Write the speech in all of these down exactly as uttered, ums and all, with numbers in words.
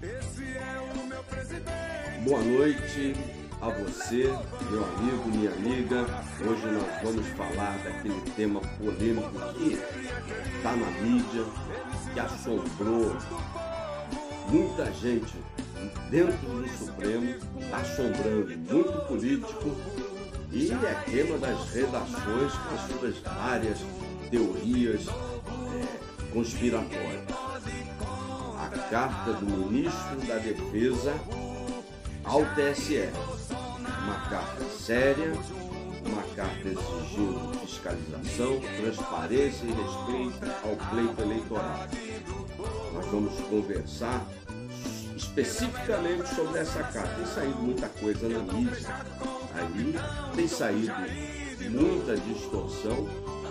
Boa noite a você, meu amigo, minha amiga. Hoje nós vamos falar daquele tema polêmico que está na mídia, que assombrou muita gente dentro do Supremo, está assombrando muito político e é tema das redações com as suas várias teorias é, conspiratórias. A carta do ministro da Defesa ao T S E, uma carta séria, uma carta exigindo fiscalização, transparência e respeito ao pleito eleitoral. Nós vamos conversar especificamente sobre essa carta. Tem saído muita coisa na mídia, aí tem saído muita distorção.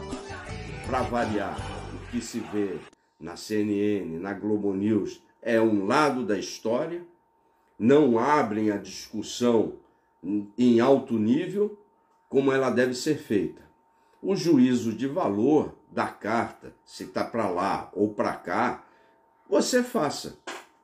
Para variar, o que se vê na C N N, na Globo News, é um lado da história, não abrem a discussão em alto nível como ela deve ser feita. O juízo de valor da carta, se está para lá ou para cá, você faça.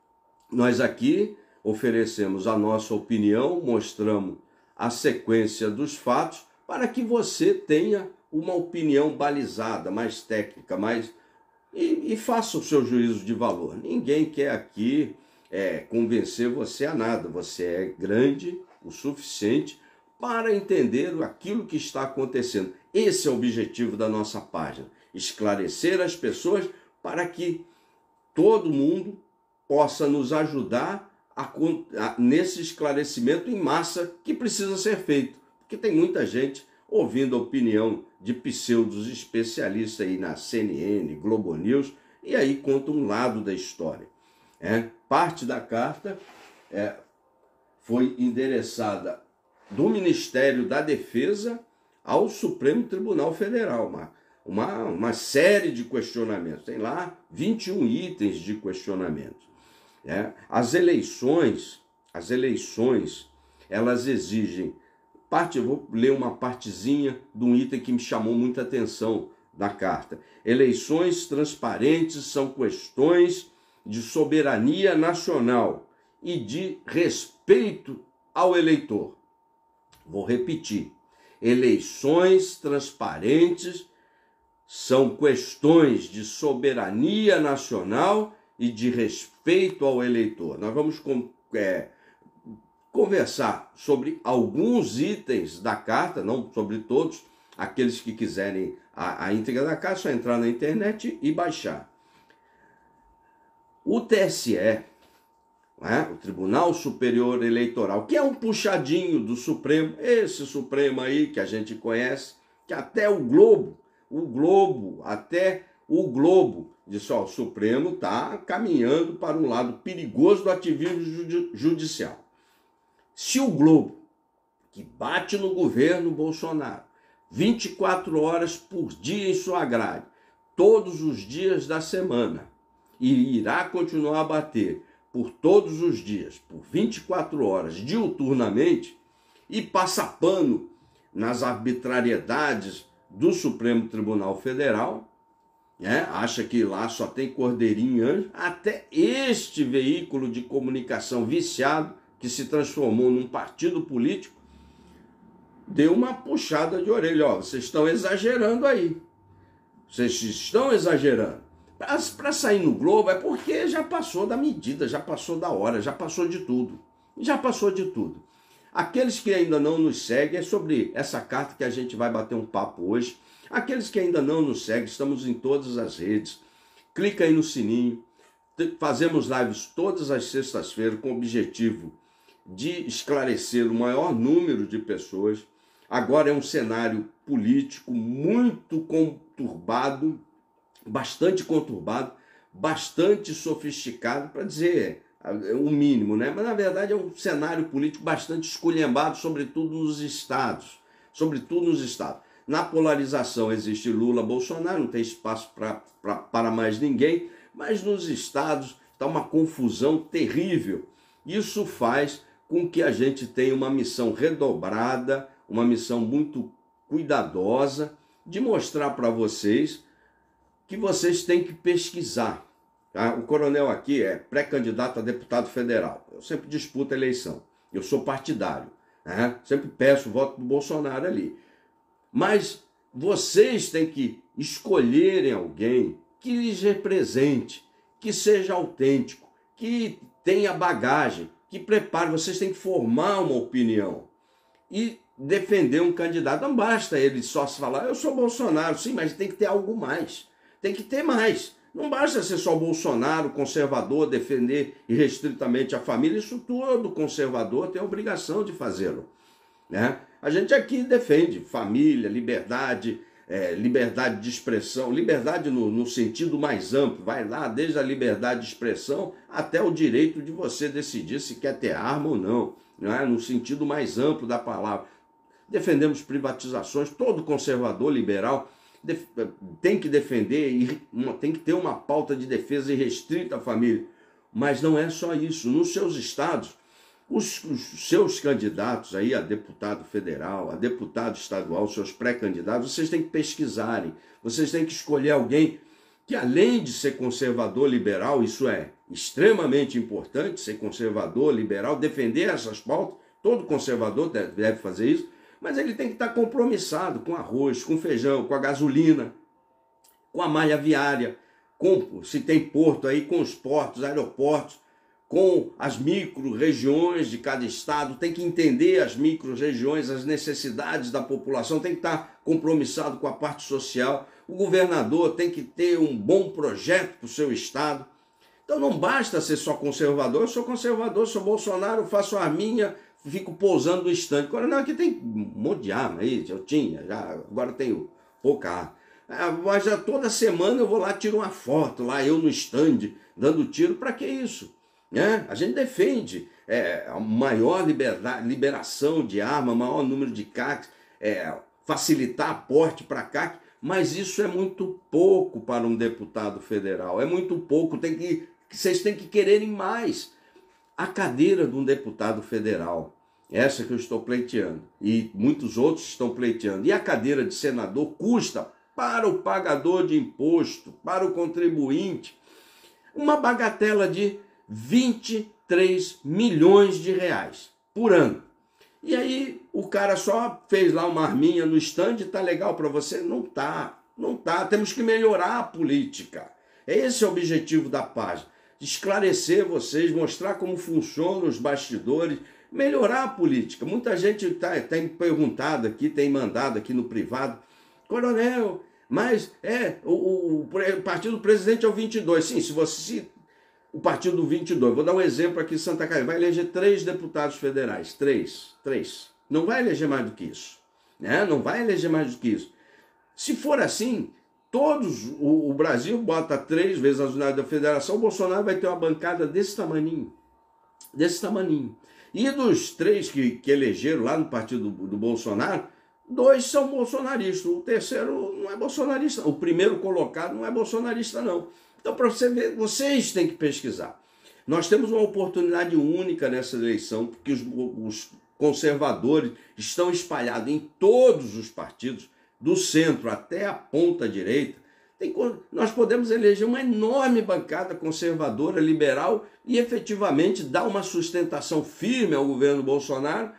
Nós aqui oferecemos a nossa opinião, mostramos a sequência dos fatos para que você tenha uma opinião balizada, mais técnica, mais e, e faça o seu juízo de valor. Ninguém quer aqui é, convencer você a nada. Você é grande o suficiente para entender aquilo que está acontecendo. Esse é o objetivo da nossa página, esclarecer as pessoas para que todo mundo possa nos ajudar a, a, nesse esclarecimento em massa que precisa ser feito. Porque tem muita gente ouvindo a opinião de pseudos especialistas aí na C N N, Globo News, e aí conta um lado da história. É, parte da carta é, foi endereçada do Ministério da Defesa ao Supremo Tribunal Federal, uma, uma, uma série de questionamentos. Tem lá vinte e um itens de questionamentos. É, as eleições, as eleições, elas exigem, parte, eu vou ler uma partezinha de um item que me chamou muita atenção da carta. Eleições transparentes são questões de soberania nacional e de respeito ao eleitor. Vou repetir. Eleições transparentes são questões de soberania nacional e de respeito ao eleitor. Nós vamos é, conversar sobre alguns itens da carta, não sobre todos. Aqueles que quiserem a, a íntegra da carta, é só entrar na internet e baixar. O T S E, né, o Tribunal Superior Eleitoral, que é um puxadinho do Supremo, esse Supremo aí que a gente conhece, que até o Globo, o Globo, até o Globo, disse, ó, o Supremo está caminhando para um lado perigoso do ativismo judi- judicial. Se o Globo, que bate no governo Bolsonaro, vinte e quatro horas por dia em sua grade, todos os dias da semana, e irá continuar a bater por todos os dias, por vinte e quatro horas, diuturnamente, e passa pano nas arbitrariedades do Supremo Tribunal Federal, né? Acha que lá só tem cordeirinho e anjo, até este veículo de comunicação viciado, que se transformou num partido político, deu uma puxada de orelha. Ó, vocês estão exagerando aí. Vocês estão exagerando. Para sair no Globo é porque já passou da medida, já passou da hora, já passou de tudo. Já passou de tudo. Aqueles que ainda não nos seguem, é sobre essa carta que a gente vai bater um papo hoje. Aqueles que ainda não nos seguem, estamos em todas as redes. Clica aí no sininho. Fazemos lives todas as sextas-feiras com o objetivo de esclarecer o maior número de pessoas. Agora é um cenário político muito conturbado, bastante conturbado, bastante sofisticado, para dizer o mínimo, né? Mas na verdade é um cenário político bastante esculhambado, sobretudo nos estados, sobretudo nos estados. Na polarização existe Lula, Bolsonaro, não tem espaço pra, pra, para mais ninguém, mas nos estados está uma confusão terrível. Isso faz com que a gente tenha uma missão redobrada, uma missão muito cuidadosa de mostrar para vocês que vocês têm que pesquisar. Tá? O coronel aqui é pré-candidato a deputado federal. Eu sempre disputo a eleição. Eu sou partidário. Né? Sempre peço o voto do Bolsonaro ali. Mas vocês têm que escolherem alguém que lhes represente, que seja autêntico, que tenha bagagem, que prepare. Vocês têm que formar uma opinião e defender um candidato. Não basta ele só se falar, eu sou Bolsonaro, sim, mas tem que ter algo mais. Tem que ter mais. Não basta ser só Bolsonaro, conservador, defender irrestritamente a família. Isso todo conservador tem a obrigação de fazê-lo. Né? A gente aqui defende família, liberdade, é, liberdade de expressão, liberdade no, no sentido mais amplo, vai lá desde a liberdade de expressão até o direito de você decidir se quer ter arma ou não, né? No sentido mais amplo da palavra. Defendemos privatizações, todo conservador liberal tem que defender e tem que ter uma pauta de defesa irrestrita à família. Mas não é só isso. Nos seus estados, os, os seus candidatos aí a deputado federal, a deputado estadual, seus pré-candidatos, vocês têm que pesquisarem. Vocês têm que escolher alguém que, além de ser conservador liberal, isso é extremamente importante, ser conservador liberal, defender essas pautas, todo conservador deve fazer isso, mas ele tem que estar compromissado com arroz, com feijão, com a gasolina, com a malha viária, com, se tem porto aí, com os portos, aeroportos, com as micro-regiões de cada estado, tem que entender as micro-regiões, as necessidades da população, tem que estar compromissado com a parte social. O governador tem que ter um bom projeto para o seu estado. Então não basta ser só conservador, eu sou conservador, sou Bolsonaro, faço a minha, fico pousando no estande. Agora não, aqui tem um monte de arma aí, eu tinha, já, agora tenho pouca arma. Ah, mas já toda semana eu vou lá, tiro uma foto, lá eu no estande, dando tiro, para que isso? Né? A gente defende é, a maior liberdade, liberação de arma, maior número de C A Cs, é, facilitar aporte para C A C, mas isso é muito pouco para um deputado federal, é muito pouco, tem que, vocês têm que quererem mais. A cadeira de um deputado federal, essa que eu estou pleiteando, e muitos outros estão pleiteando, e a cadeira de senador custa para o pagador de imposto, para o contribuinte, uma bagatela de vinte e três milhões de reais por ano. E aí o cara só fez lá uma arminha no estande, tá legal para você? Não tá, não tá. Temos que melhorar a política. Esse é o objetivo da página. Esclarecer vocês, mostrar como funcionam os bastidores, melhorar a política. Muita gente tá, tem perguntado aqui, tem mandado aqui no privado, coronel, mas é, o, o, o partido do presidente é o vinte e dois. Sim, se você... Se, o partido do vinte e dois, vou dar um exemplo aqui em Santa Catarina, vai eleger três deputados federais, três, três. Não vai eleger mais do que isso, né? Não vai eleger mais do que isso. Se for assim, todos, o, o Brasil bota três vezes as unidades da federação, o Bolsonaro vai ter uma bancada desse tamaninho, desse tamaninho. E dos três que, que elegeram lá no partido do, do Bolsonaro, dois são bolsonaristas, o terceiro não é bolsonarista, o primeiro colocado não é bolsonarista não. Então, para você ver, vocês têm que pesquisar. Nós temos uma oportunidade única nessa eleição, porque os, os conservadores estão espalhados em todos os partidos, do centro até a ponta direita. Tem, nós podemos eleger uma enorme bancada conservadora, liberal, e efetivamente dar uma sustentação firme ao governo Bolsonaro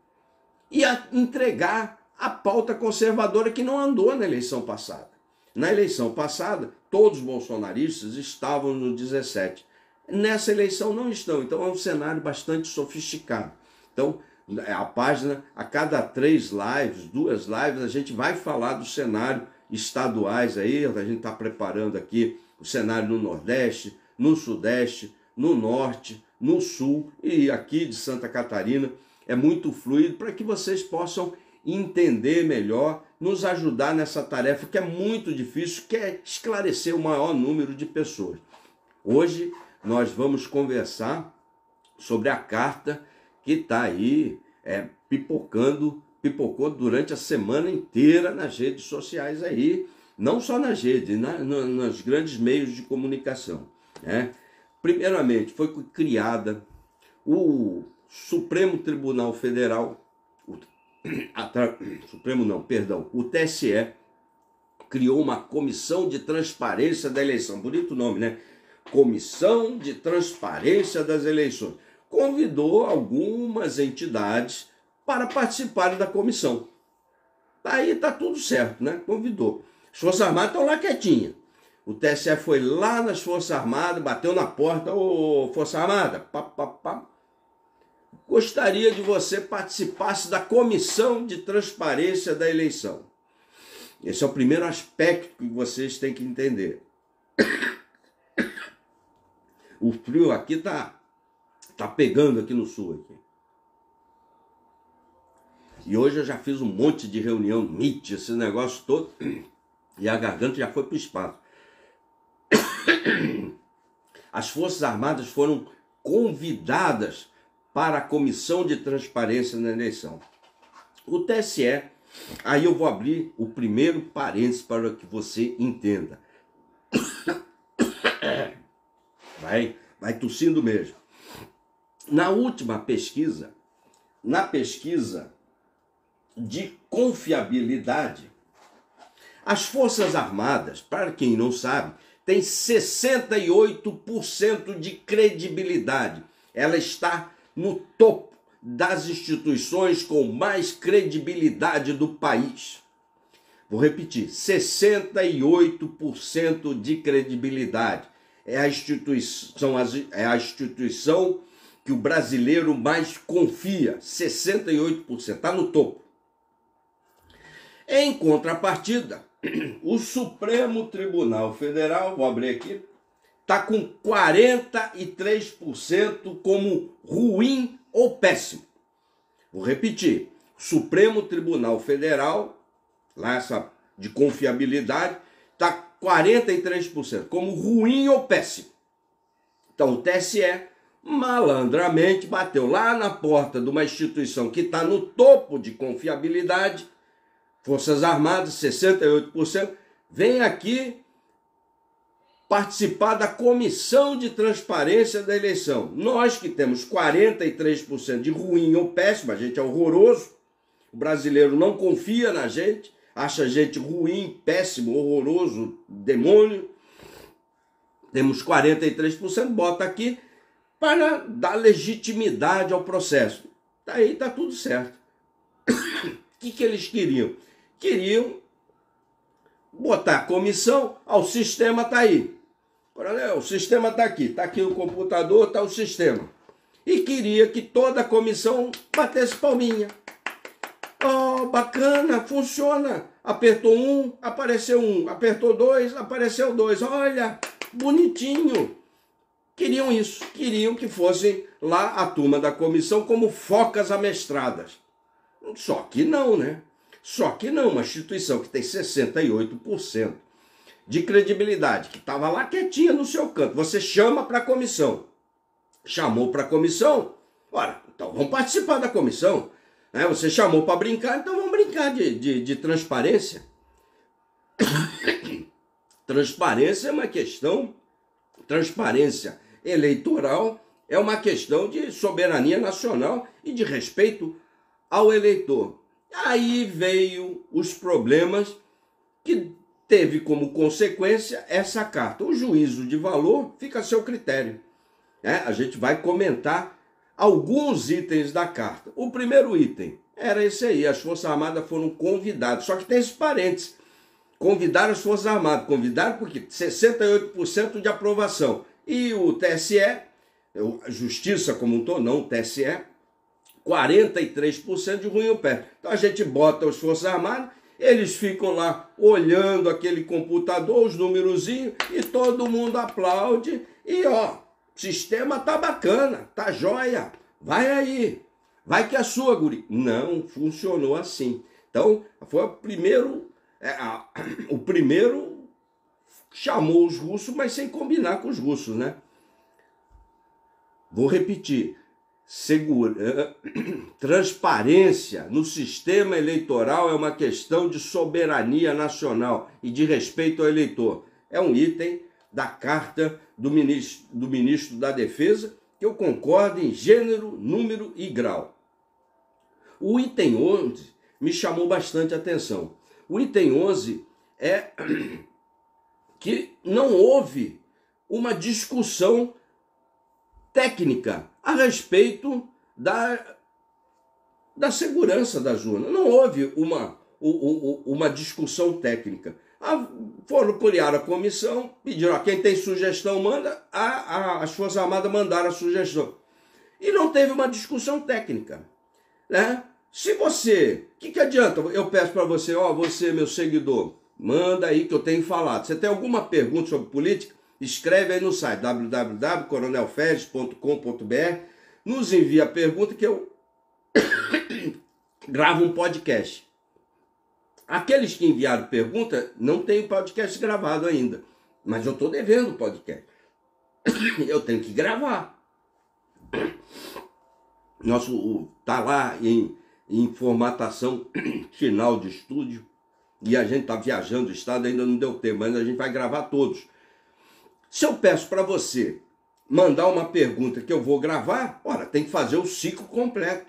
e a, entregar a pauta conservadora que não andou na eleição passada. Na eleição passada, todos os bolsonaristas estavam no dezessete. Nessa eleição não estão. Então é um cenário bastante sofisticado. Então a página, a cada três lives, duas lives, a gente vai falar do cenário estaduais aí. A gente está preparando aqui o cenário no Nordeste, no Sudeste, no Norte, no Sul e aqui de Santa Catarina. É muito fluido para que vocês possam entender melhor, nos ajudar nessa tarefa que é muito difícil, que é esclarecer o maior número de pessoas. Hoje nós vamos conversar sobre a carta que está aí é, pipocando, pipocou durante a semana inteira nas redes sociais aí, não só nas redes, na, na, nos grandes meios de comunicação. Né? Primeiramente, foi criada o Supremo Tribunal Federal, o Supremo não, perdão, o T S E criou uma comissão de transparência da eleição, bonito nome, né? Comissão de Transparência das Eleições. Convidou algumas entidades para participarem da comissão. Aí tá tudo certo, né? Convidou. As Forças Armadas estão lá quietinhas. O T S E foi lá nas Forças Armadas, bateu na porta, ô Força Armada, pá, pá, pá. Gostaria de você participasse da Comissão de Transparência da Eleição. Esse é o primeiro aspecto que vocês têm que entender. O frio aqui tá, tá pegando aqui no sul. Aqui. E hoje eu já fiz um monte de reunião, meet, esse negócio todo, e a garganta já foi para o espaço. As Forças Armadas foram convidadas para a Comissão de Transparência na eleição. O T S E, aí eu vou abrir o primeiro parênteses para que você entenda. Vai, vai tossindo mesmo. Na última pesquisa, na pesquisa de confiabilidade, as Forças Armadas, para quem não sabe, tem sessenta e oito por cento de credibilidade. Ela está no topo das instituições com mais credibilidade do país. Vou repetir, sessenta e oito por cento de credibilidade. É a instituição, é a instituição que o brasileiro mais confia, sessenta e oito por cento, está no topo. Em contrapartida, o Supremo Tribunal Federal, vou abrir aqui, está com quarenta e três por cento como ruim ou péssimo. Vou repetir, o Supremo Tribunal Federal, lá essa de confiabilidade, está quarenta e três por cento como ruim ou péssimo. Então o T S E malandramente bateu lá na porta de uma instituição que está no topo de confiabilidade, Forças Armadas, sessenta e oito por cento, vem aqui participar da Comissão de Transparência da Eleição. Nós que temos quarenta e três por cento de ruim ou péssimo, a gente é horroroso, o brasileiro não confia na gente, acha a gente ruim, péssimo, horroroso, demônio. Temos quarenta e três por cento, bota aqui para dar legitimidade ao processo. Daí tá tudo certo. O que, que eles queriam? Queriam botar a comissão, ó, o sistema está aí. Coronel, o sistema está aqui, está aqui o computador, está o sistema. E queria que toda a comissão batesse palminha. Oh, bacana, funciona. Apertou um, apareceu um. Apertou dois, apareceu dois. Olha, bonitinho. Queriam isso, queriam que fossem lá a turma da comissão como focas amestradas. Só que não, né? Só que não, uma instituição que tem sessenta e oito por cento de credibilidade, que estava lá quietinha no seu canto, você chama para a comissão. Chamou para a comissão? Ora, então vamos participar da comissão. Né? Você chamou para brincar, então vamos brincar de, de, de transparência. Transparência é uma questão, transparência eleitoral é uma questão de soberania nacional e de respeito ao eleitor. Aí veio os problemas que teve como consequência essa carta. O juízo de valor fica a seu critério. Né? A gente vai comentar alguns itens da carta. O primeiro item era esse aí, as Forças Armadas foram convidadas, só que tem esse parênteses. Convidaram as Forças Armadas, convidaram porque sessenta e oito por cento de aprovação. E o T S E, a Justiça como um todo, não o T S E, quarenta e três por cento de ruim ou péssimo. Então a gente bota as Forças Armadas, eles ficam lá olhando aquele computador, os numerozinhos, e todo mundo aplaude. E ó, o sistema tá bacana, tá jóia, vai aí, vai que é a sua, guri. Não funcionou assim. Então foi o primeiro, é, a, o primeiro chamou os russos, mas sem combinar com os russos, né? Vou repetir. Segura, transparência no sistema eleitoral é uma questão de soberania nacional e de respeito ao eleitor. É um item da carta do ministro, do ministro da Defesa, que eu concordo em gênero, número e grau. O item onze me chamou bastante atenção. O item onze é que não houve uma discussão técnica a respeito da, da segurança das urnas. Não houve uma, uma discussão técnica. Foram criar a comissão, pediram, quem tem sugestão manda, a, a, as Forças Armadas mandaram a sugestão. E não teve uma discussão técnica, né? Se você, o que, que adianta? Eu peço para você, ó, você, meu seguidor, manda aí que eu tenho falado. Você tem alguma pergunta sobre política? Escreve aí no site w w w ponto coronel feres ponto com ponto b r, nos envia a pergunta que eu gravo um podcast. Aqueles que enviaram pergunta, não tem podcast gravado ainda, mas eu estou devendo o podcast. Eu tenho que gravar. Nosso tá lá em, em formatação final de estúdio e a gente está viajando o estado, ainda não deu tempo, mas a gente vai gravar todos. Se eu peço para você mandar uma pergunta que eu vou gravar, ora, tem que fazer o ciclo completo.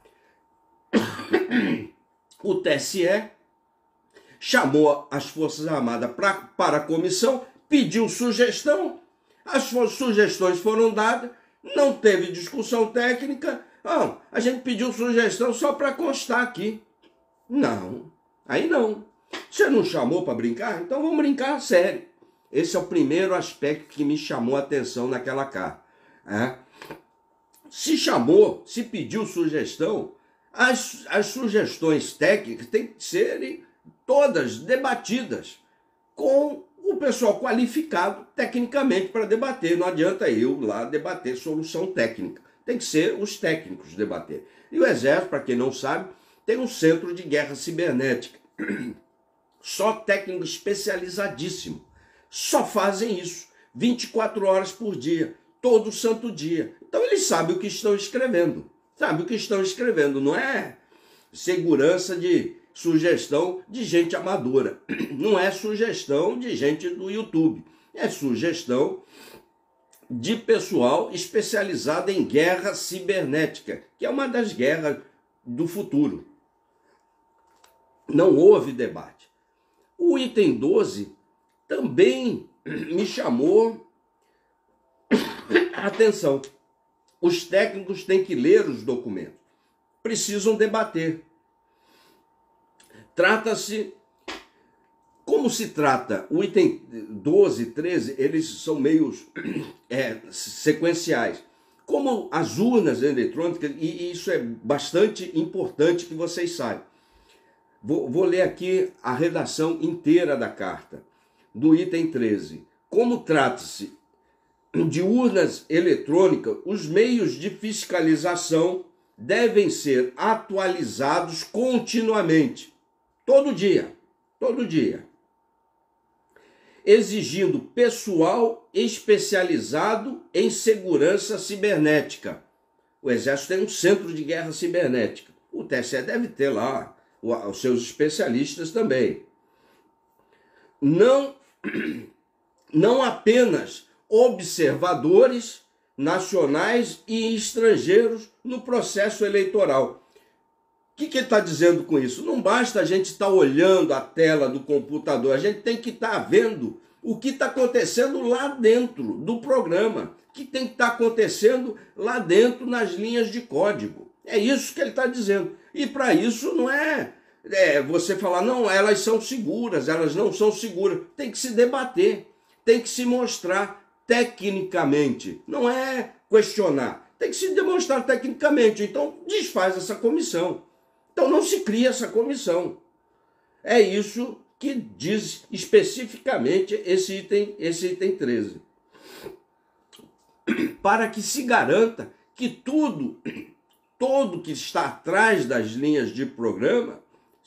O T S E chamou as Forças Armadas pra, para a comissão, pediu sugestão, as sugestões foram dadas, não teve discussão técnica, não, a gente pediu sugestão só para constar aqui. Não, aí não. Você não chamou para brincar? Então vamos brincar a sério. Esse é o primeiro aspecto que me chamou a atenção naquela carta. É. Se chamou, se pediu sugestão, as, as sugestões técnicas têm que serem todas debatidas com o pessoal qualificado tecnicamente para debater. Não adianta eu lá debater solução técnica. Tem que ser os técnicos debater. E o Exército, para quem não sabe, tem um centro de guerra cibernética. Só técnico especializadíssimo. Só fazem isso vinte e quatro horas por dia, todo santo dia. Então eles sabem o que estão escrevendo. Sabem o que estão escrevendo. Não é segurança de sugestão de gente amadora. Não é sugestão de gente do YouTube. É sugestão de pessoal especializado em guerra cibernética, que é uma das guerras do futuro. Não houve debate. O item doze também me chamou a atenção. Os técnicos têm que ler os documentos, precisam debater. Trata-se, como se trata, o item doze, treze, eles são meios é, sequenciais. Como as urnas eletrônicas, e isso é bastante importante que vocês saibam. Vou, vou ler aqui a redação inteira da carta, do item treze. Como trata-se de urnas eletrônicas, os meios de fiscalização devem ser atualizados continuamente, todo dia, todo dia, exigindo pessoal especializado em segurança cibernética. O Exército tem um centro de guerra cibernética. O T S E deve ter lá os seus especialistas também. Não, não apenas observadores nacionais e estrangeiros no processo eleitoral. O que, que ele está dizendo com isso? Não basta a gente estar olhando a tela do computador, a gente tem que estar vendo o que está acontecendo lá dentro do programa, o que tem que estar acontecendo lá dentro nas linhas de código. É isso que ele está dizendo. E para isso não é, é você falar, não, elas são seguras, elas não são seguras. Tem que se debater, tem que se mostrar tecnicamente, não é questionar. Tem que se demonstrar tecnicamente. Então desfaz essa comissão. Então não se cria essa comissão. É isso que diz especificamente esse item, esse item treze. Para que se garanta que tudo, todo que está atrás das linhas de programa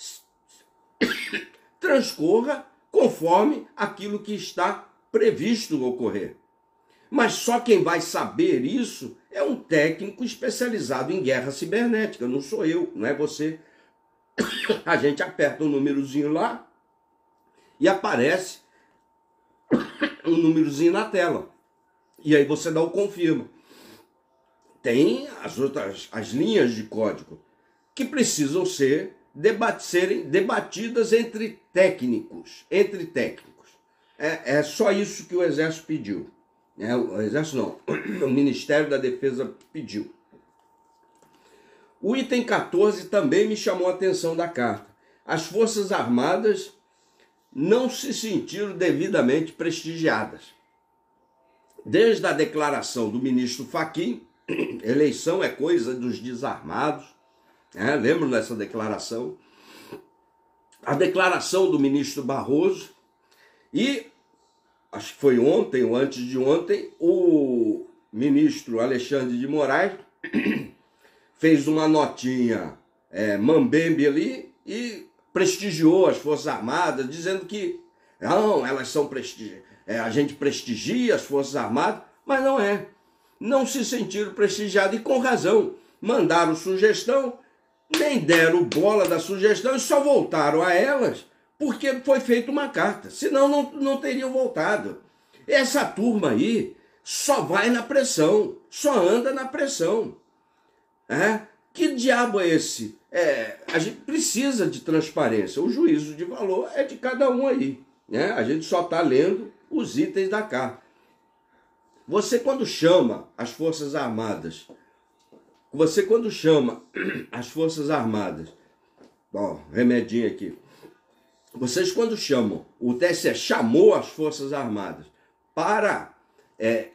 transcorra conforme aquilo que está previsto ocorrer. Mas só quem vai saber isso é um técnico especializado em guerra cibernética. Não sou eu, não é você. A gente aperta um númerozinho lá e aparece um númerozinho na tela. E aí você dá o confirma. Tem as outras, as linhas de código que precisam ser debat, serem debatidas entre técnicos. Entre técnicos. É, é só isso que o Exército pediu. É, o Exército não, o Ministério da Defesa pediu. O item quatorze também me chamou a atenção da carta. As Forças Armadas não se sentiram devidamente prestigiadas. Desde a declaração do ministro Fachin, eleição é coisa dos desarmados, é, lembram dessa declaração? A declaração do ministro Barroso e, acho que foi ontem ou antes de ontem, o ministro Alexandre de Moraes fez uma notinha é, mambembe ali e prestigiou as Forças Armadas, dizendo que não, elas são prestigi é, a gente prestigia as Forças Armadas, mas não é. Não se sentiram prestigiados e com razão. Mandaram sugestão, nem deram bola da sugestão e só voltaram a elas porque foi feita uma carta. Senão não, não teriam voltado. Essa turma aí só vai na pressão, só anda na pressão. É? Que diabo é esse? É, a gente precisa de transparência. O juízo de valor é de cada um aí. Né? A gente só está lendo os itens da carta. Você quando chama as Forças Armadas, você quando chama as Forças Armadas, ó, remedinho aqui, vocês quando chamam, o T S E chamou as Forças Armadas para é,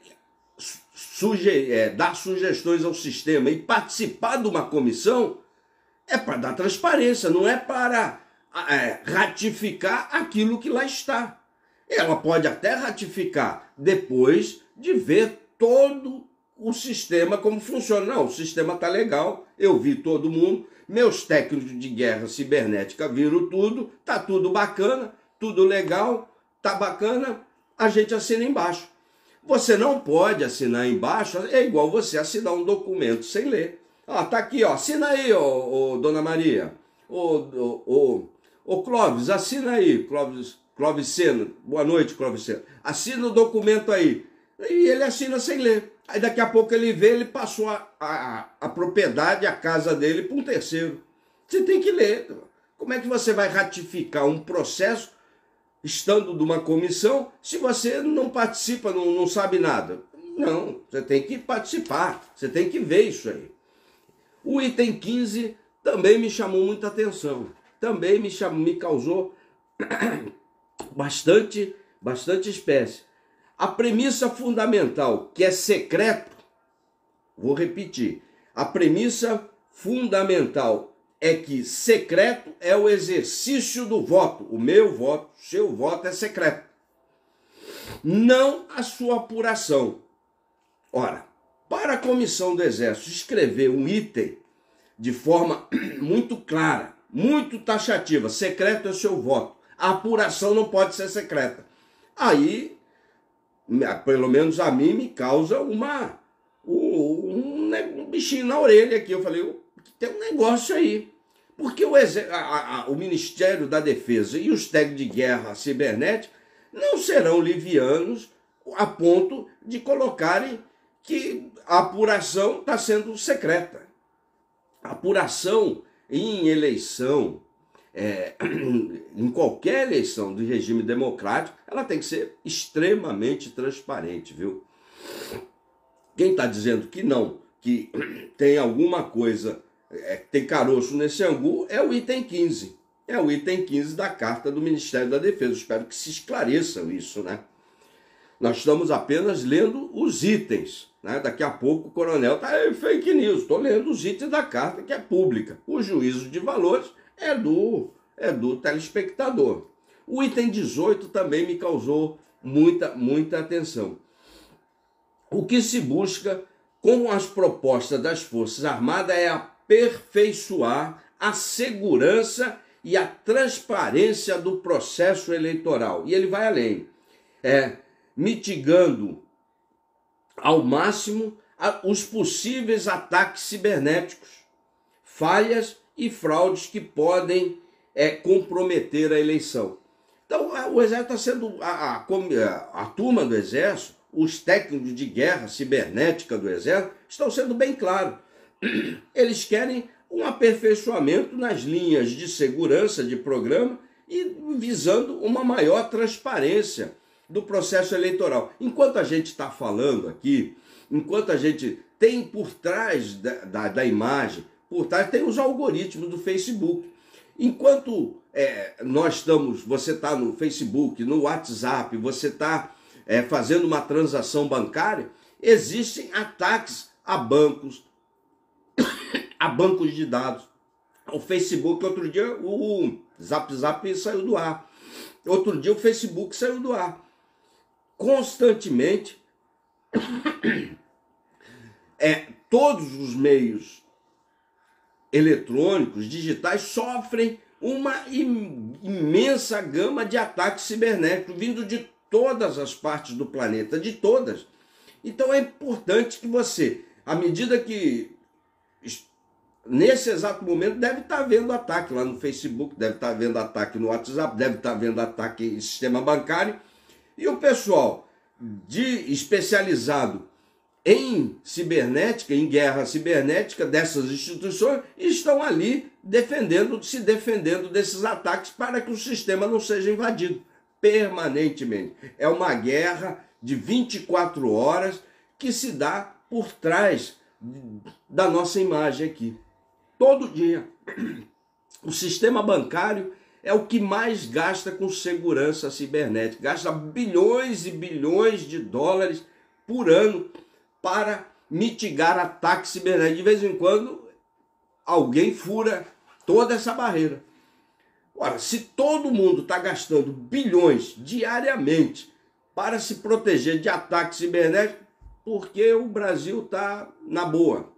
suge é, dar sugestões ao sistema e participar de uma comissão, é para dar transparência, não é para é, ratificar aquilo que lá está. Ela pode até ratificar depois de ver todo o sistema como funciona. Não, o sistema está legal, eu vi todo mundo, meus técnicos de guerra cibernética viram tudo, tá tudo bacana, tudo legal, tá bacana, a gente assina embaixo. Você não pode assinar embaixo, é igual você assinar um documento sem ler. Ó, tá aqui, ó, assina aí, ó, ó, Dona Maria, ô, ô, ô, ô Clóvis, assina aí, Clóvis, Clóvis Sena, boa noite, Clóvis Sena, assina o documento aí. E ele assina sem ler. Aí daqui a pouco ele vê, ele passou a, a, a propriedade, a casa dele para um terceiro. Você tem que ler. Como é que você vai ratificar um processo estando numa comissão se você não participa, não, não sabe nada? Não, você tem que participar, você tem que ver isso aí. O item quinze também me chamou muita atenção. Também me, chamou, me causou bastante, bastante espécie. A premissa fundamental, que é secreto, vou repetir, a premissa fundamental é que secreto é o exercício do voto. O meu voto, o seu voto é secreto. Não a sua apuração. Ora, para a Comissão do Exército escrever um item de forma muito clara, muito taxativa, secreto é o seu voto, a apuração não pode ser secreta. Aí, pelo menos a mim, me causa uma, um, um bichinho na orelha aqui. Eu falei, tem um negócio aí. Porque o, a, a, o Ministério da Defesa e os técnicos de guerra cibernética não serão livianos a ponto de colocarem que a apuração está sendo secreta. A apuração em eleição, é, em qualquer eleição do regime democrático, ela tem que ser extremamente transparente, viu? Quem está dizendo que não, que tem alguma coisa, é, tem caroço nesse angu, é o item quinze. É o item quinze da Carta do Ministério da Defesa. Espero que se esclareçam isso, né? Nós estamos apenas lendo os itens, né? Daqui a pouco o coronel está é fake news. Estou lendo os itens da carta que é pública. O juízo de valores é do, é do telespectador. O item dezoito também me causou muita, muita atenção. O que se busca com as propostas das Forças Armadas é aperfeiçoar a segurança e a transparência do processo eleitoral. E ele vai além. É, mitigando ao máximo os possíveis ataques cibernéticos, falhas e fraudes que podem é, comprometer a eleição. Então, o Exército está sendo, a, a, a turma do Exército, os técnicos de guerra cibernética do Exército, estão sendo bem claros. Eles querem um aperfeiçoamento nas linhas de segurança de programa e visando uma maior transparência do processo eleitoral. Enquanto a gente está falando aqui, enquanto a gente tem por trás da, da, da imagem, por trás tem os algoritmos do Facebook. Enquanto é, nós estamos, você está no Facebook, no WhatsApp, você está é, fazendo uma transação bancária, existem ataques a bancos, a bancos de dados. O Facebook, outro dia, o Zap Zap saiu do ar. Outro dia o Facebook saiu do ar. Constantemente, é, todos os meios eletrônicos, digitais, sofrem uma imensa gama de ataques cibernéticos, vindo de todas as partes do planeta, de todas. Então é importante que você, à medida que, nesse exato momento, deve estar havendo ataque lá no Facebook, deve estar havendo ataque no WhatsApp, deve estar havendo ataque em sistema bancário, e o pessoal de especializado em cibernética, em guerra cibernética dessas instituições, estão ali defendendo, se defendendo desses ataques para que o sistema não seja invadido permanentemente. É uma guerra de vinte e quatro horas que se dá por trás da nossa imagem aqui. Todo dia. O sistema bancário é o que mais gasta com segurança cibernética. Gasta bilhões e bilhões de dólares por ano para mitigar ataques cibernéticos. De vez em quando, alguém fura toda essa barreira. Ora, se todo mundo está gastando bilhões diariamente para se proteger de ataques cibernéticos, por que o Brasil está na boa?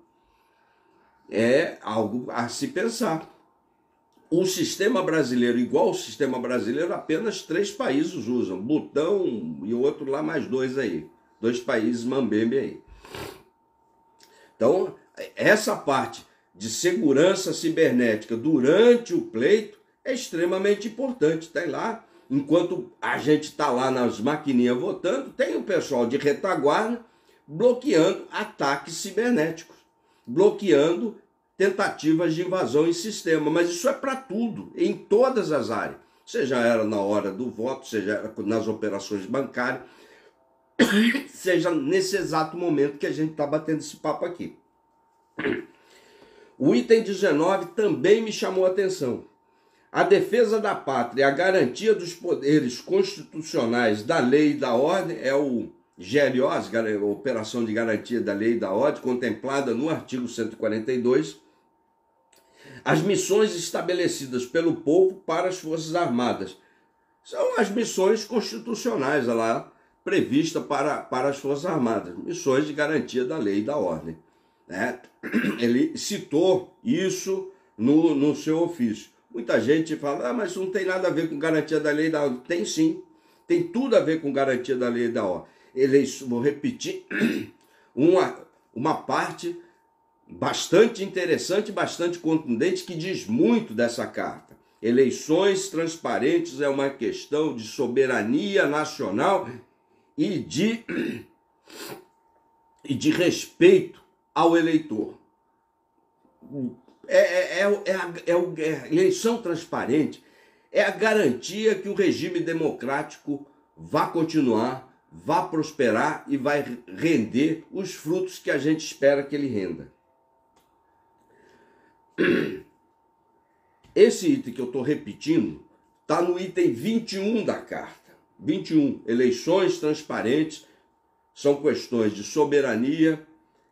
É algo a se pensar. O sistema brasileiro, igual o sistema brasileiro, apenas três países usam. Butão e outro lá, mais dois aí. Dois países mambembe aí. Então, essa parte de segurança cibernética durante o pleito é extremamente importante. Tem lá, enquanto a gente está lá nas maquininhas votando, tem o pessoal de retaguarda bloqueando ataques cibernéticos, bloqueando tentativas de invasão em sistema. Mas isso é para tudo, em todas as áreas. Seja era na hora do voto, seja era nas operações bancárias, seja nesse exato momento que a gente está batendo esse papo aqui. O item dezenove também me chamou a atenção. A defesa da pátria e a garantia dos poderes constitucionais da lei e da ordem é o G L O, a Operação de Garantia da Lei e da Ordem, contemplada no artigo cento e quarenta e dois. As missões estabelecidas pelo povo para as Forças Armadas são as missões constitucionais lá previstas para, para as Forças Armadas, missões de garantia da lei e da ordem. Né? Ele citou isso no, no seu ofício. Muita gente fala, ah, mas isso não tem nada a ver com garantia da lei e da ordem. Tem sim, tem tudo a ver com garantia da lei e da ordem. Ele, vou repetir, uma, uma parte bastante interessante, bastante contundente, que diz muito dessa carta. Eleições transparentes é uma questão de soberania nacional e de, e de respeito ao eleitor. É, é, é, é, a, é, a, é a eleição transparente é a garantia que o regime democrático vá continuar, vá prosperar e vai render os frutos que a gente espera que ele renda. Esse item que eu estou repetindo está no item vinte e um da carta. vinte e um. Eleições transparentes são questões de soberania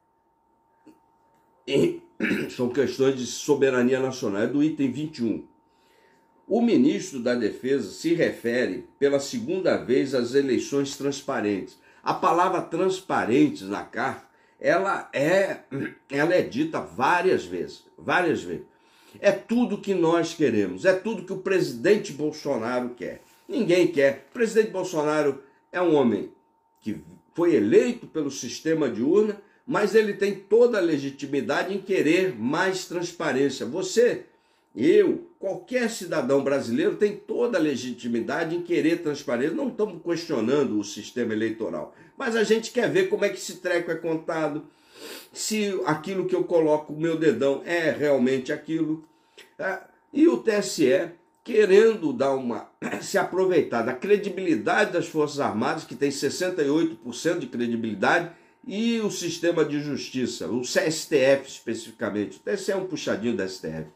e são questões de soberania nacional. É do item vinte e um. O ministro da Defesa se refere pela segunda vez às eleições transparentes. A palavra transparentes na carta, ela é, ela é dita várias vezes, várias vezes. É tudo que nós queremos, é tudo que o presidente Bolsonaro quer. Ninguém quer. O presidente Bolsonaro é um homem que foi eleito pelo sistema de urna, mas ele tem toda a legitimidade em querer mais transparência. Você, eu, qualquer cidadão brasileiro tem toda a legitimidade em querer transparência. Não estamos questionando o sistema eleitoral, mas a gente quer ver como é que esse treco é contado, se aquilo que eu coloco o meu dedão é realmente aquilo. E o T S E querendo dar uma, se aproveitar da credibilidade das Forças Armadas, que tem sessenta e oito por cento de credibilidade, e o sistema de justiça, o C S T F especificamente, o T S E é um puxadinho da S T F,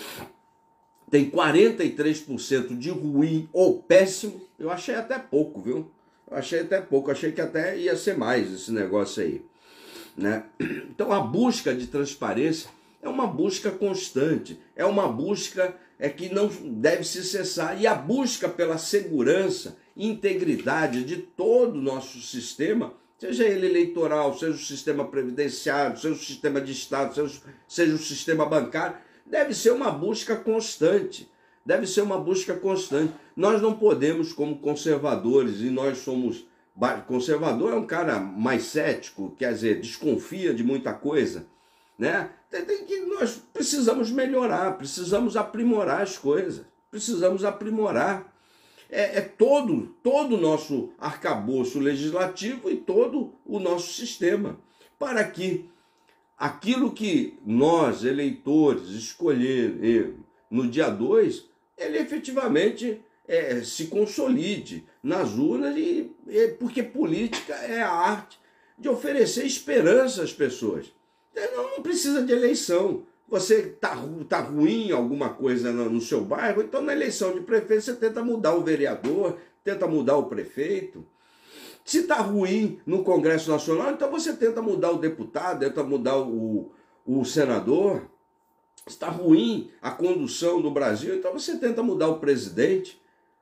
tem quarenta e três por cento de ruim ou péssimo. Eu achei até pouco, viu? Eu achei até pouco, achei que até ia ser mais esse negócio aí, né? Então a busca de transparência é uma busca constante, é uma busca é que não deve se cessar, e a busca pela segurança e integridade de todo o nosso sistema, seja ele eleitoral, seja o sistema previdenciário, seja o sistema de Estado, seja, seja o sistema bancário, deve ser uma busca constante, deve ser uma busca constante. Nós não podemos, como conservadores, e nós somos... Conservador é um cara mais cético, quer dizer, desconfia de muita coisa, né? Tem que, nós precisamos melhorar, precisamos aprimorar as coisas, precisamos aprimorar. É, é todo, todo o nosso arcabouço legislativo e todo o nosso sistema, para que aquilo que nós, eleitores, escolher no dia dois, ele efetivamente é, se consolide nas urnas, e, e, porque política é a arte de oferecer esperança às pessoas. Não, não precisa de eleição. Você está tá ruim alguma coisa no, no seu bairro, então na eleição de prefeito você tenta mudar o vereador, tenta mudar o prefeito. Se está ruim no Congresso Nacional, então você tenta mudar o deputado, tenta mudar o, o senador. Se está ruim a condução do Brasil, então você tenta mudar o presidente.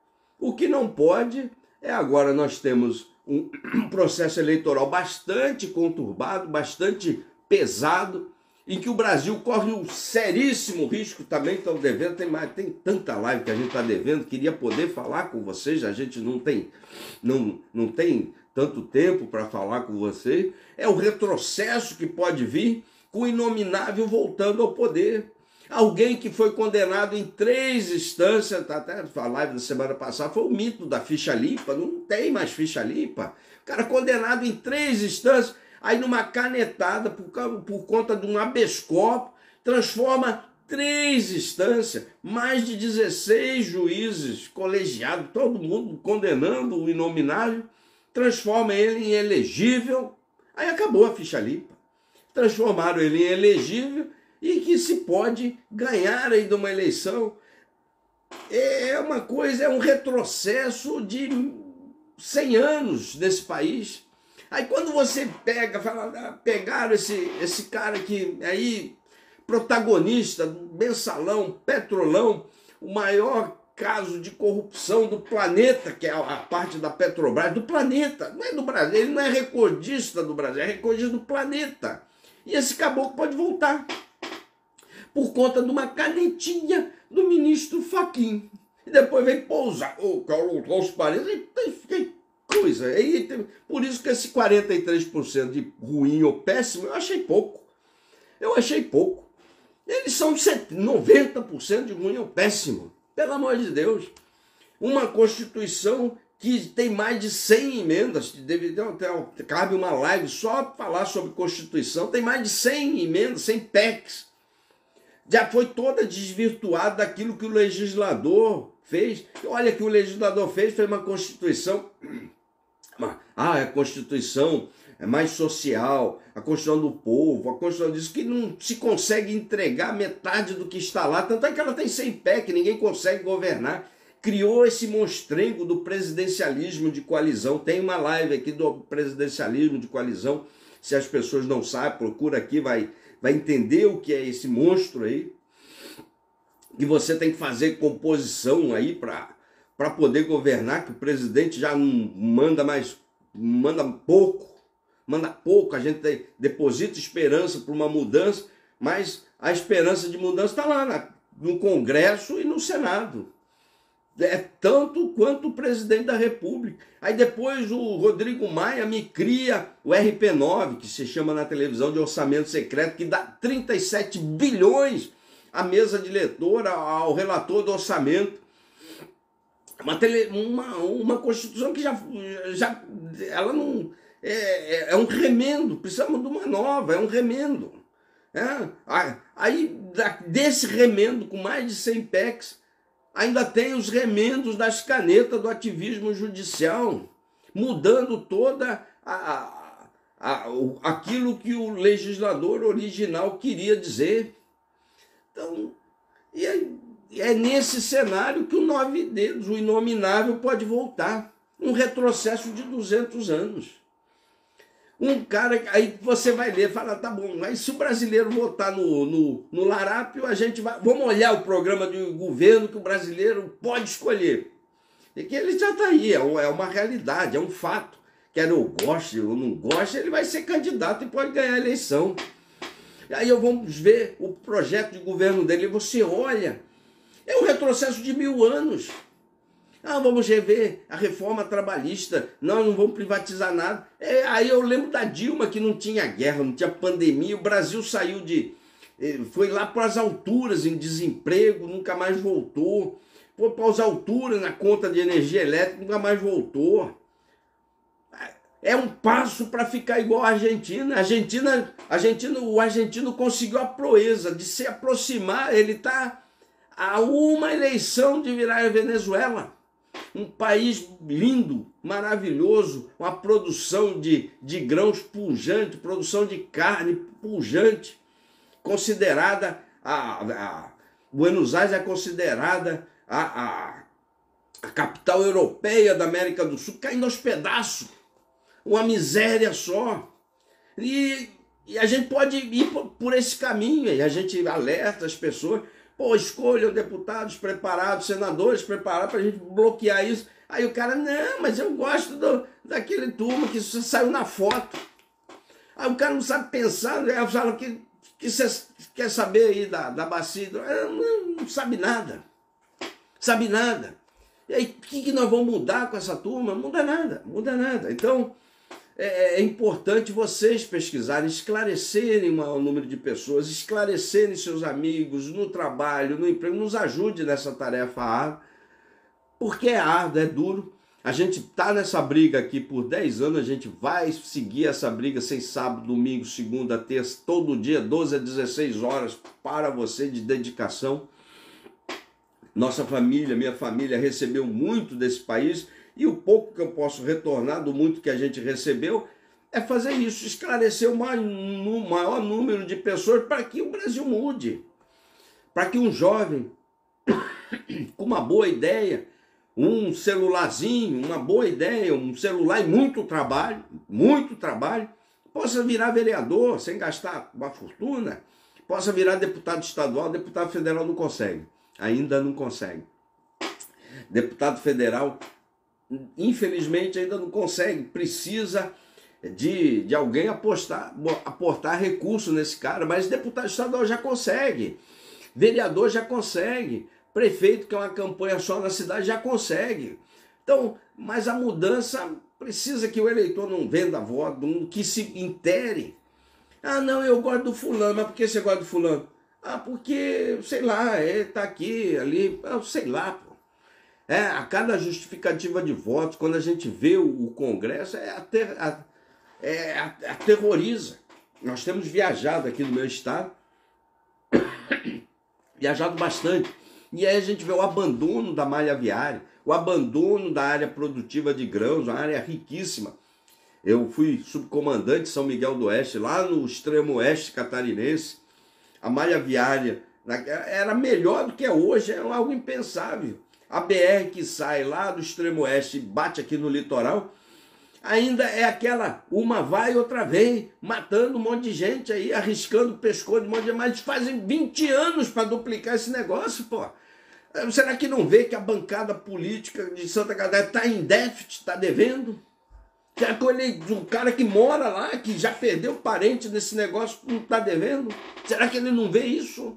O que não pode é, agora nós temos um, um processo eleitoral bastante conturbado, bastante pesado, em que o Brasil corre um seríssimo risco, também estão devendo, tem, mais, tem tanta live que a gente está devendo, queria poder falar com vocês, a gente não tem, não, não tem tanto tempo para falar com vocês, é o retrocesso que pode vir com o inominável voltando ao poder. Alguém que foi condenado em três instâncias, até a live da semana passada, foi o mito da ficha limpa, não tem mais ficha limpa, o cara condenado em três instâncias, aí numa canetada, por, por conta de um habeas corpus, transforma três instâncias, mais de dezesseis juízes colegiados, todo mundo condenando o inominável, transforma ele em elegível, aí acabou a ficha limpa. Transformaram ele em elegível e que se pode ganhar aí de uma eleição. É uma coisa, é um retrocesso de cem anos nesse país. Aí quando você pega, fala, ah, pegaram esse, esse cara que aí, protagonista do mensalão, petrolão, o maior caso de corrupção do planeta, que é a parte da Petrobras, do planeta, não é do Brasil, ele não é recordista do Brasil, é recordista do planeta. E esse caboclo pode voltar, por conta de uma canetinha do ministro Fachin. E depois vem pousar, o Carlos Paredes, e fiquei coisa. Aí, por isso que esse quarenta e três por cento de ruim ou péssimo, eu achei pouco. Eu achei pouco. Eles são noventa por cento de ruim ou péssimo. Pelo amor de Deus. Uma Constituição que tem mais de cem emendas, deve, cabe uma live só para falar sobre Constituição, tem mais de cem emendas, cem P E Cs. Já foi toda desvirtuada daquilo que o legislador fez. Olha que o legislador fez, fez uma Constituição... Ah, a Constituição é mais social, a Constituição do povo, a Constituição disso, que não se consegue entregar metade do que está lá, tanto é que ela tem cem P E C, ninguém consegue governar. Criou esse monstrengo do presidencialismo de coalizão. Tem uma live aqui do presidencialismo de coalizão, se as pessoas não sabem, procura aqui, vai, vai entender o que é esse monstro aí, que você tem que fazer composição aí para... para poder governar, que o presidente já não manda mais, manda pouco, manda pouco, a gente tem, deposita esperança para uma mudança, mas a esperança de mudança está lá na, no Congresso e no Senado. É tanto quanto o presidente da República. Aí depois o Rodrigo Maia me cria o R P nove, que se chama na televisão de orçamento secreto, que dá trinta e sete bilhões à mesa diretora, ao relator do orçamento. Uma, tele, uma, uma Constituição que já, já ela não, é, é um remendo, precisamos de uma nova, é um remendo. É? Aí, desse remendo, com mais de cem P E Cs, ainda tem os remendos das canetas do ativismo judicial, mudando toda a, a, a, aquilo que o legislador original queria dizer. Então, e é, é nesse cenário que o Nove Dedos, o inominável, pode voltar. Um retrocesso de duzentos anos. Um cara, aí você vai ler, fala, tá bom, mas se o brasileiro votar no, no, no Larápio, a gente vai, vamos olhar o programa de governo que o brasileiro pode escolher. E que ele já está aí, é uma realidade, é um fato. Quer eu goste ou não goste, ele vai ser candidato e pode ganhar a eleição. Aí eu vamos ver o projeto de governo dele, e você olha, é um retrocesso de mil anos. Ah, vamos rever a reforma trabalhista, nós não vamos privatizar nada. É, aí eu lembro da Dilma, que não tinha guerra, não tinha pandemia, o Brasil saiu de... foi lá para as alturas em desemprego, nunca mais voltou. Foi para as alturas na conta de energia elétrica, nunca mais voltou. É um passo para ficar igual a Argentina. A Argentina, a Argentina. O argentino conseguiu a proeza de se aproximar, ele está a uma eleição de virar a Venezuela. Um país lindo, maravilhoso, uma produção de, de grãos pujante, produção de carne pujante, considerada, a, a Buenos Aires é considerada a, a, a capital europeia da América do Sul, caindo aos pedaços, uma miséria só. E, e a gente pode ir por, por esse caminho, e a gente alerta as pessoas, pô, escolham deputados preparados, senadores preparados para a gente bloquear isso. Aí o cara, não, mas eu gosto do, daquele turma que saiu na foto. Aí o cara não sabe pensar, aí fala que, que você quer saber aí da, da bacia, não, não sabe nada, sabe nada. E aí o que, que nós vamos mudar com essa turma? Muda nada, muda nada. Então é, é importante vocês pesquisarem, esclarecerem o maior número de pessoas, esclarecerem seus amigos no trabalho, no emprego, nos ajude nessa tarefa árdua, porque é árduo, é duro. A gente está nessa briga aqui por dez anos, a gente vai seguir essa briga sem sábado, domingo, segunda, terça, todo dia, doze a dezesseis horas para você de dedicação. Nossa família, minha família recebeu muito desse país, e o pouco que eu posso retornar do muito que a gente recebeu é fazer isso, esclarecer o maior, o maior número de pessoas para que o Brasil mude. Para que um jovem com uma boa ideia, um celularzinho, uma boa ideia, um celular e muito trabalho, muito trabalho, possa virar vereador sem gastar uma fortuna, possa virar deputado estadual, deputado federal não consegue, ainda não consegue. Deputado federal, infelizmente, ainda não consegue, precisa de, de alguém apostar, aportar recurso nesse cara, mas deputado estadual já consegue, vereador já consegue, prefeito, que é uma campanha só na cidade, já consegue. Então, mas a mudança precisa que o eleitor não venda voto, que se intere. Ah, não, eu gosto do fulano, mas por que você gosta do fulano? Ah, porque, sei lá, ele tá aqui, ali, sei lá, pô. É, a cada justificativa de votos, quando a gente vê o, o Congresso, é, ater, a, é aterroriza. Nós temos viajado aqui no meu estado, viajado bastante, e aí a gente vê o abandono da malha viária, o abandono da área produtiva de grãos, uma área riquíssima. Eu fui subcomandante de São Miguel do Oeste, lá no extremo oeste catarinense. A malha viária era melhor do que é hoje, é algo impensável. A B R que sai lá do extremo oeste e bate aqui no litoral, ainda é aquela, uma vai e outra vem, matando um monte de gente aí, arriscando o pescoço de um monte de gente, mas fazem vinte anos para duplicar esse negócio, pô. Será que não vê que a bancada política de Santa Catarina está em déficit, está devendo? Será que ele, um cara que mora lá, que já perdeu parente nesse negócio, não está devendo? Será que ele não vê isso?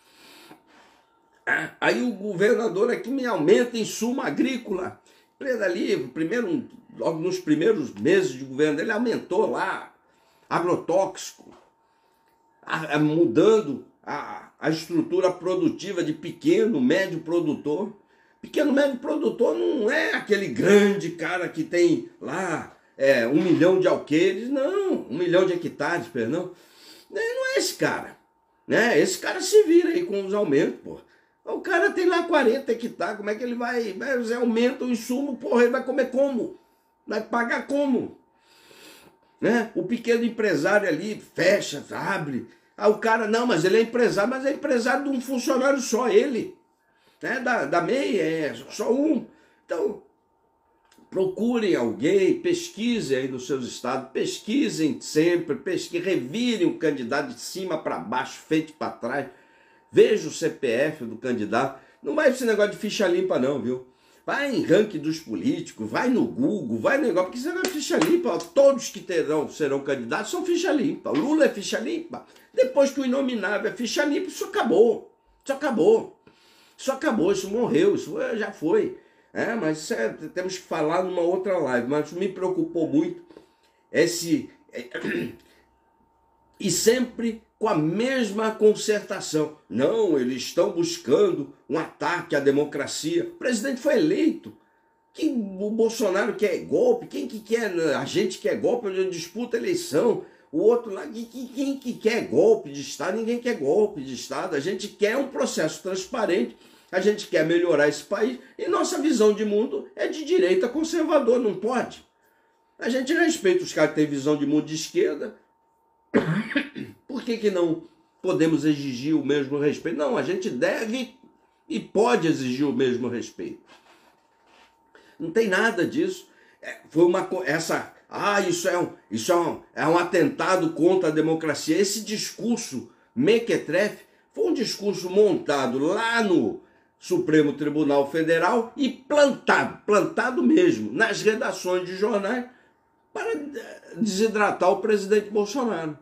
Aí o governador aqui me aumenta insumo agrícola. Plena ali, primeiro, logo nos primeiros meses de governo dele, aumentou lá agrotóxico, a, a, mudando a, a estrutura produtiva de pequeno, médio produtor. Pequeno, médio produtor não é aquele grande cara que tem lá é, um milhão de alqueires, não, um milhão de hectares, perdão. Não é esse cara, né? Esse cara se vira aí com os aumentos, pô. O cara tem lá quarenta hectares, como é que ele vai? Você aumenta o insumo, porra, ele vai comer como? Vai pagar como? Né? O pequeno empresário ali fecha, abre. Aí o cara, não, mas ele é empresário, mas é empresário de um funcionário só, ele. Né? Da, da meia, é só um. Então, procurem alguém, pesquisem aí nos seus estados, pesquisem sempre, pesquisem, revirem o candidato de cima para baixo, feito para trás. Veja o C P F do candidato. Não vai esse negócio de ficha limpa não, viu? Vai em ranking dos políticos, vai no Google, vai no negócio, porque esse negócio é ficha limpa. Todos que terão, serão candidatos são ficha limpa. O Lula é ficha limpa. Depois que o inominável é ficha limpa, isso acabou. Isso acabou. Isso acabou, isso morreu, isso já foi. É, mas isso é, temos que falar numa outra live. Mas me preocupou muito esse... E sempre com a mesma concertação. Não, eles estão buscando um ataque à democracia. O presidente foi eleito. Quem, o Bolsonaro quer golpe? Quem que quer? A gente quer golpe, a gente disputa a eleição. O outro lá, quem, quem que quer golpe de Estado? Ninguém quer golpe de Estado. A gente quer um processo transparente. A gente quer melhorar esse país. E nossa visão de mundo é de direita conservador, não pode. A gente respeita os caras que têm visão de mundo de esquerda. Por que que não podemos exigir o mesmo respeito? Não, a gente deve e pode exigir o mesmo respeito. Não tem nada disso. É, foi uma essa ah isso é um isso é um, é um atentado contra a democracia. Esse discurso mequetrefe foi um discurso montado lá no Supremo Tribunal Federal e plantado, plantado mesmo nas redações de jornais para desidratar o presidente Bolsonaro.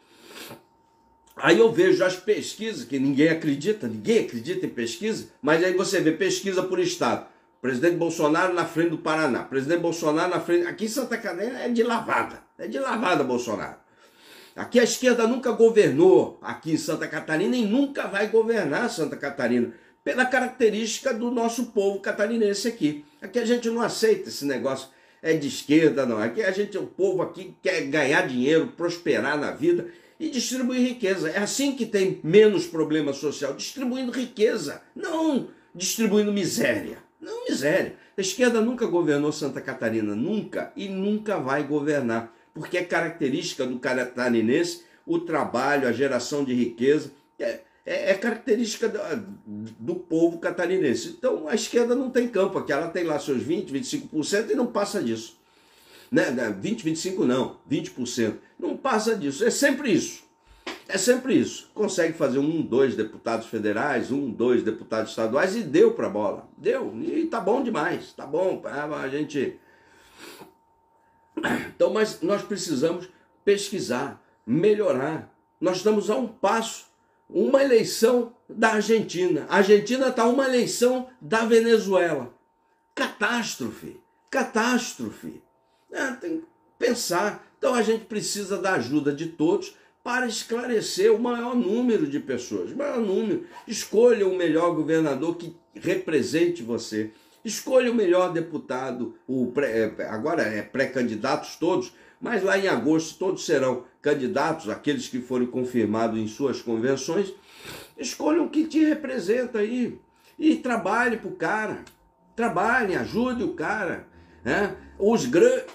Aí eu vejo as pesquisas, que ninguém acredita, ninguém acredita em pesquisa, mas aí você vê pesquisa por estado. Presidente Bolsonaro na frente do Paraná, presidente Bolsonaro na frente... Aqui em Santa Catarina é de lavada, é de lavada Bolsonaro. Aqui a esquerda nunca governou aqui em Santa Catarina e nunca vai governar Santa Catarina, pela característica do nosso povo catarinense aqui. Aqui a gente não aceita esse negócio é de esquerda, não. Aqui a gente, o povo aqui quer ganhar dinheiro, prosperar na vida e distribuir riqueza. É assim que tem menos problema social, distribuindo riqueza, não distribuindo miséria. Não miséria. A esquerda nunca governou Santa Catarina, nunca, e nunca vai governar, porque é característica do catarinense o trabalho, a geração de riqueza, é, é, é característica do, do povo catarinense. Então a esquerda não tem campo aqui, ela tem lá seus vinte, vinte e cinco por cento e não passa disso. Né? vinte, vinte e cinco não, vinte por cento. Não passa disso, é sempre isso. É sempre isso. Consegue fazer um, dois deputados federais, um, dois deputados estaduais e deu pra bola. Deu, e tá bom demais, tá bom. A gente... Então, mas nós precisamos pesquisar, melhorar. Nós estamos a um passo, uma eleição da Argentina. A Argentina está a uma eleição da Venezuela. Catástrofe, catástrofe. É, tem que pensar. Então a gente precisa da ajuda de todos para esclarecer o maior número de pessoas. O maior número. Escolha o melhor governador que represente você. Escolha o melhor deputado. O pré, agora é pré-candidatos todos, mas lá em agosto todos serão candidatos, aqueles que forem confirmados em suas convenções. Escolha o que te representa aí. E trabalhe para o cara. Trabalhe, ajude o cara. Né? Os grandes...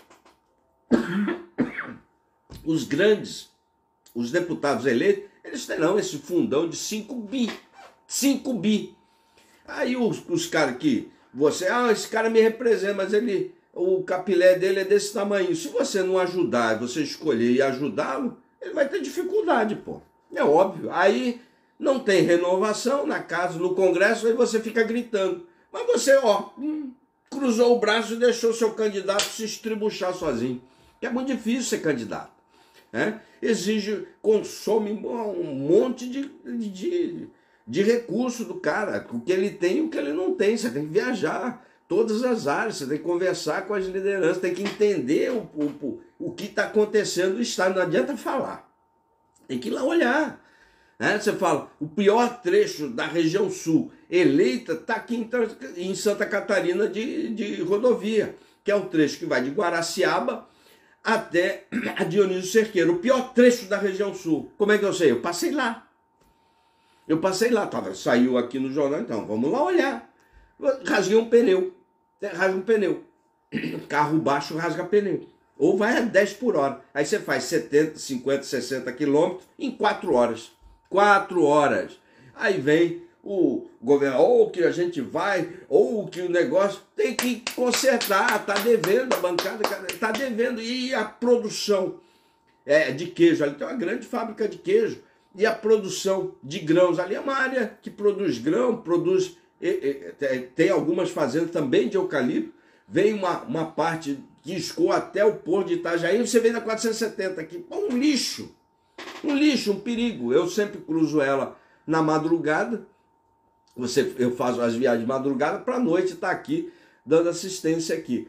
Os grandes, os deputados eleitos, eles terão esse fundão de cinco bi. cinco bi. Aí os, os caras que você, ah, esse cara me representa, mas ele, o capilé dele é desse tamanho. Se você não ajudar, você escolher e ajudá-lo, ele vai ter dificuldade, pô. É óbvio. Aí não tem renovação na casa, no Congresso, aí você fica gritando. Mas você, ó, hum, cruzou o braço e deixou seu candidato se estribuchar sozinho. Que é muito difícil ser candidato. Né? Exige, consome um monte de, de, de recurso do cara, o que ele tem e o que ele não tem. Você tem que viajar todas as áreas, você tem que conversar com as lideranças, tem que entender o, o, o que está acontecendo no estado. Não adianta falar, tem que ir lá olhar. Né? Você fala, o pior trecho da região sul eleita está aqui em, em Santa Catarina de, de rodovia, que é o trecho que vai de Guaraciaba até a Dionísio Cerqueira, o pior trecho da região sul. Como é que eu sei? Eu passei lá. Eu passei lá, tava, saiu aqui no jornal, então vamos lá olhar. Rasguei um pneu, rasga um pneu. Carro baixo rasga pneu. Ou vai a dez por hora. Aí você faz setenta, cinquenta, sessenta quilômetros em quatro horas. quatro horas. Aí vem o governo, ou que a gente vai, ou que o negócio tem que consertar, tá devendo, a bancada tá devendo. E a produção é, de queijo, ali tem uma grande fábrica de queijo. E a produção de grãos, ali é uma área que produz grão, produz, tem algumas fazendas também de eucalipto. Vem uma, uma parte que escoa até o porto de Itajaí, você vem na quatrocentos e setenta aqui, um lixo, um lixo, um perigo. Eu sempre cruzo ela na madrugada, você, eu faço as viagens de madrugada para a noite estar aqui, dando assistência aqui.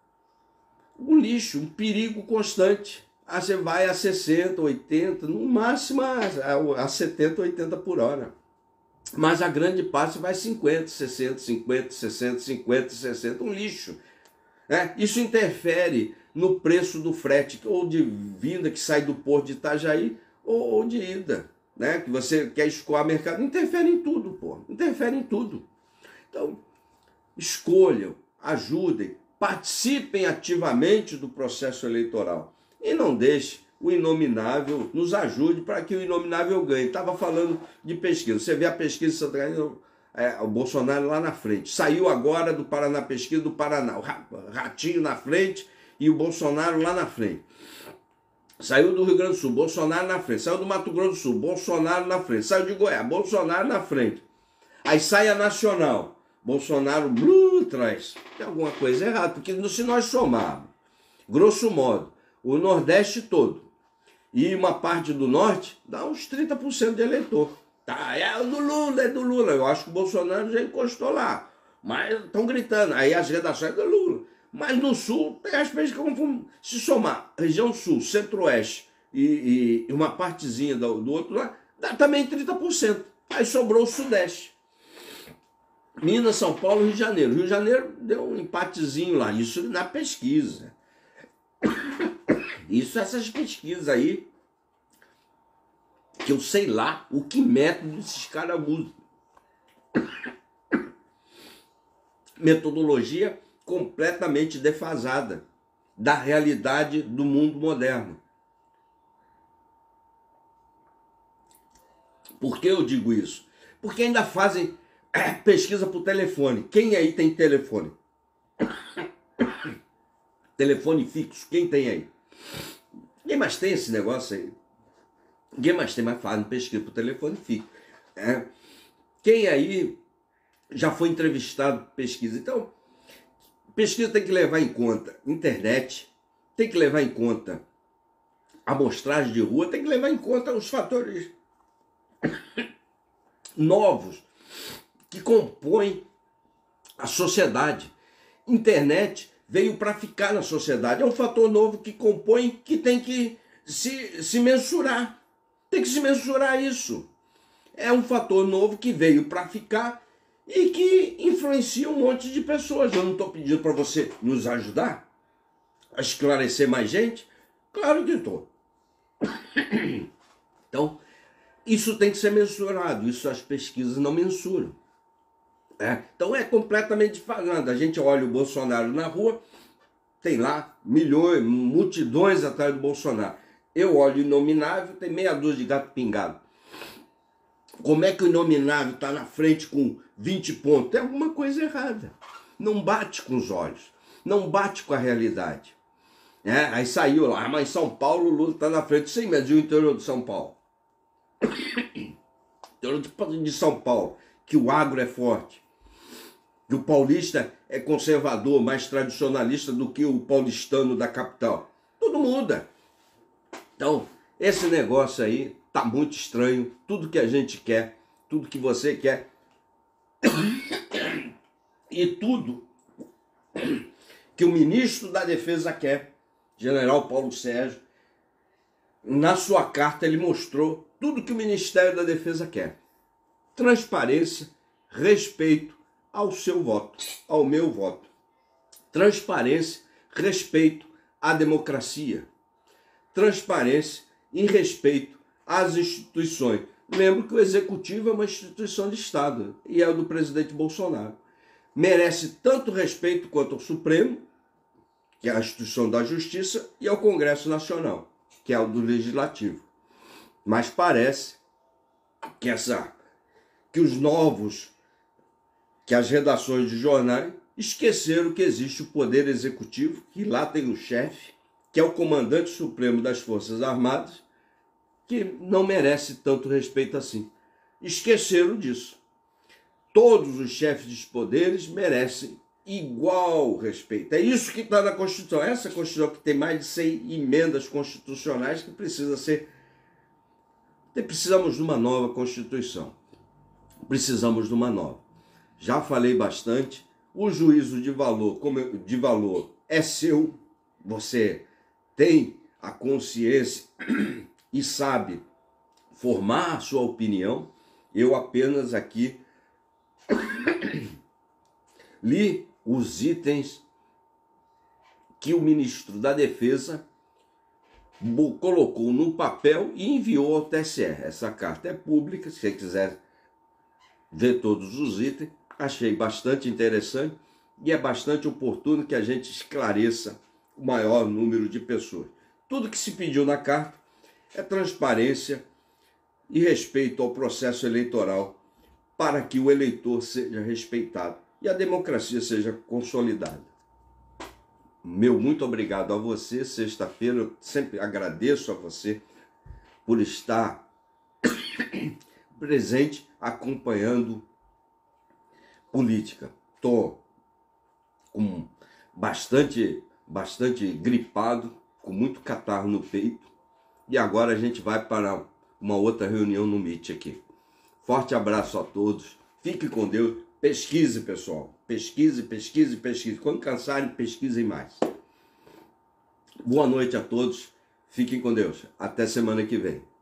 Um lixo, um perigo constante. Aí você vai a sessenta, oitenta, no máximo a, a setenta, oitenta por hora. Mas a grande parte vai cinquenta, sessenta, cinquenta, sessenta, cinquenta, sessenta, um lixo. É, isso interfere no preço do frete, ou de vinda que sai do porto de Itajaí, ou, ou de ida, né? Que você quer escoar mercado. Interfere em tudo, pô. Interfere em tudo. Então, escolham, ajudem, participem ativamente do processo eleitoral. E não deixe o inominável, nos ajude para que o inominável ganhe. Estava falando de pesquisa. Você vê a pesquisa de Santa Catarina, é, o Bolsonaro lá na frente. Saiu agora do Paraná, pesquisa do Paraná. O Ratinho na frente e o Bolsonaro lá na frente. Saiu do Rio Grande do Sul, Bolsonaro na frente. Saiu do Mato Grosso do Sul, Bolsonaro na frente. Saiu de Goiás, Bolsonaro na frente. Aí sai a nacional, Bolsonaro blue, atrás. Tem alguma coisa errada, porque se nós somarmos, grosso modo, o Nordeste todo e uma parte do Norte, dá uns trinta por cento de eleitor. Tá, é do Lula, é do Lula. Eu acho que o Bolsonaro já encostou lá. Mas estão gritando. Aí as redações do Lula. Mas no Sul, tem as pessoas que vão se somar. Região Sul, Centro-Oeste e, e uma partezinha do, do outro lá, dá também trinta por cento. Aí sobrou o Sudeste. Minas, São Paulo, Rio de Janeiro. Rio de Janeiro deu um empatezinho lá. Isso na pesquisa. Isso, essas pesquisas aí, que eu sei lá o que método esses caras usam. Metodologia completamente defasada da realidade do mundo moderno. Por que eu digo isso? Porque ainda fazem é, pesquisa por telefone. Quem aí tem telefone? Telefone fixo, quem tem aí? Ninguém mais tem esse negócio aí. Ninguém mais tem, mais fazem pesquisa por telefone fixo. É. Quem aí já foi entrevistado por pesquisa? Então, pesquisa tem que levar em conta internet, tem que levar em conta amostragem de rua, tem que levar em conta os fatores novos que compõem a sociedade. Internet veio para ficar na sociedade. É um fator novo que compõe, que tem que se, se mensurar. Tem que se mensurar isso. É um fator novo que veio para ficar e que influencia um monte de pessoas. Eu não estou pedindo para você nos ajudar a esclarecer mais gente. Claro que estou. Então, isso tem que ser mensurado. Isso as pesquisas não mensuram. É. Então é completamente falando. A gente olha o Bolsonaro na rua, tem lá milhões, multidões atrás do Bolsonaro. Eu olho o inominável, tem meia dúzia de gato pingado. Como é que o inominável está na frente com vinte pontos? Tem alguma coisa errada. Não bate com os olhos. Não bate com a realidade. É, aí saiu lá, mas São Paulo, o Lula está na frente. Sim, mas e o interior de São Paulo? Interior de São Paulo, que o agro é forte. Que o paulista é conservador, mais tradicionalista do que o paulistano da capital. Tudo muda. Então, esse negócio aí tá muito estranho. Tudo que a gente quer, tudo que você quer, e tudo que o ministro da Defesa quer, General Paulo Sérgio, na sua carta ele mostrou tudo que o Ministério da Defesa quer. Transparência, respeito ao seu voto, ao meu voto. Transparência, respeito à democracia. Transparência e respeito às instituições. Lembro que o Executivo é uma instituição de Estado e é o do presidente Bolsonaro. Merece tanto respeito quanto ao Supremo, que é a instituição da Justiça, e ao Congresso Nacional, que é o do Legislativo. Mas parece que, essa, que os novos, que as redações de jornais esqueceram que existe o Poder Executivo, que lá tem o chefe, que é o comandante supremo das Forças Armadas, que não merece tanto respeito assim. Esqueceram disso. Todos os chefes dos poderes merecem igual respeito. É isso que está na Constituição. Essa Constituição que tem mais de cem emendas constitucionais que precisa ser... Precisamos de uma nova Constituição. Precisamos de uma nova. Já falei bastante. O juízo de valor, como eu, de valor é seu. Você tem a consciência e sabe formar a sua opinião. Eu apenas aqui li os itens que o ministro da Defesa colocou no papel e enviou ao T S E. Essa carta é pública, se você quiser ver todos os itens. Achei bastante interessante e é bastante oportuno que a gente esclareça o maior número de pessoas. Tudo que se pediu na carta é transparência e respeito ao processo eleitoral para que o eleitor seja respeitado e a democracia seja consolidada. Meu muito obrigado a você. Sexta-feira eu sempre agradeço a você por estar presente acompanhando política. Estou com bastante, bastante gripado, com muito catarro no peito. E agora a gente vai para uma outra reunião no Meet aqui. Forte abraço a todos. Fique com Deus. Pesquise, pessoal. Pesquise, pesquise, pesquise. Quando cansarem, pesquisem mais. Boa noite a todos. Fiquem com Deus. Até semana que vem.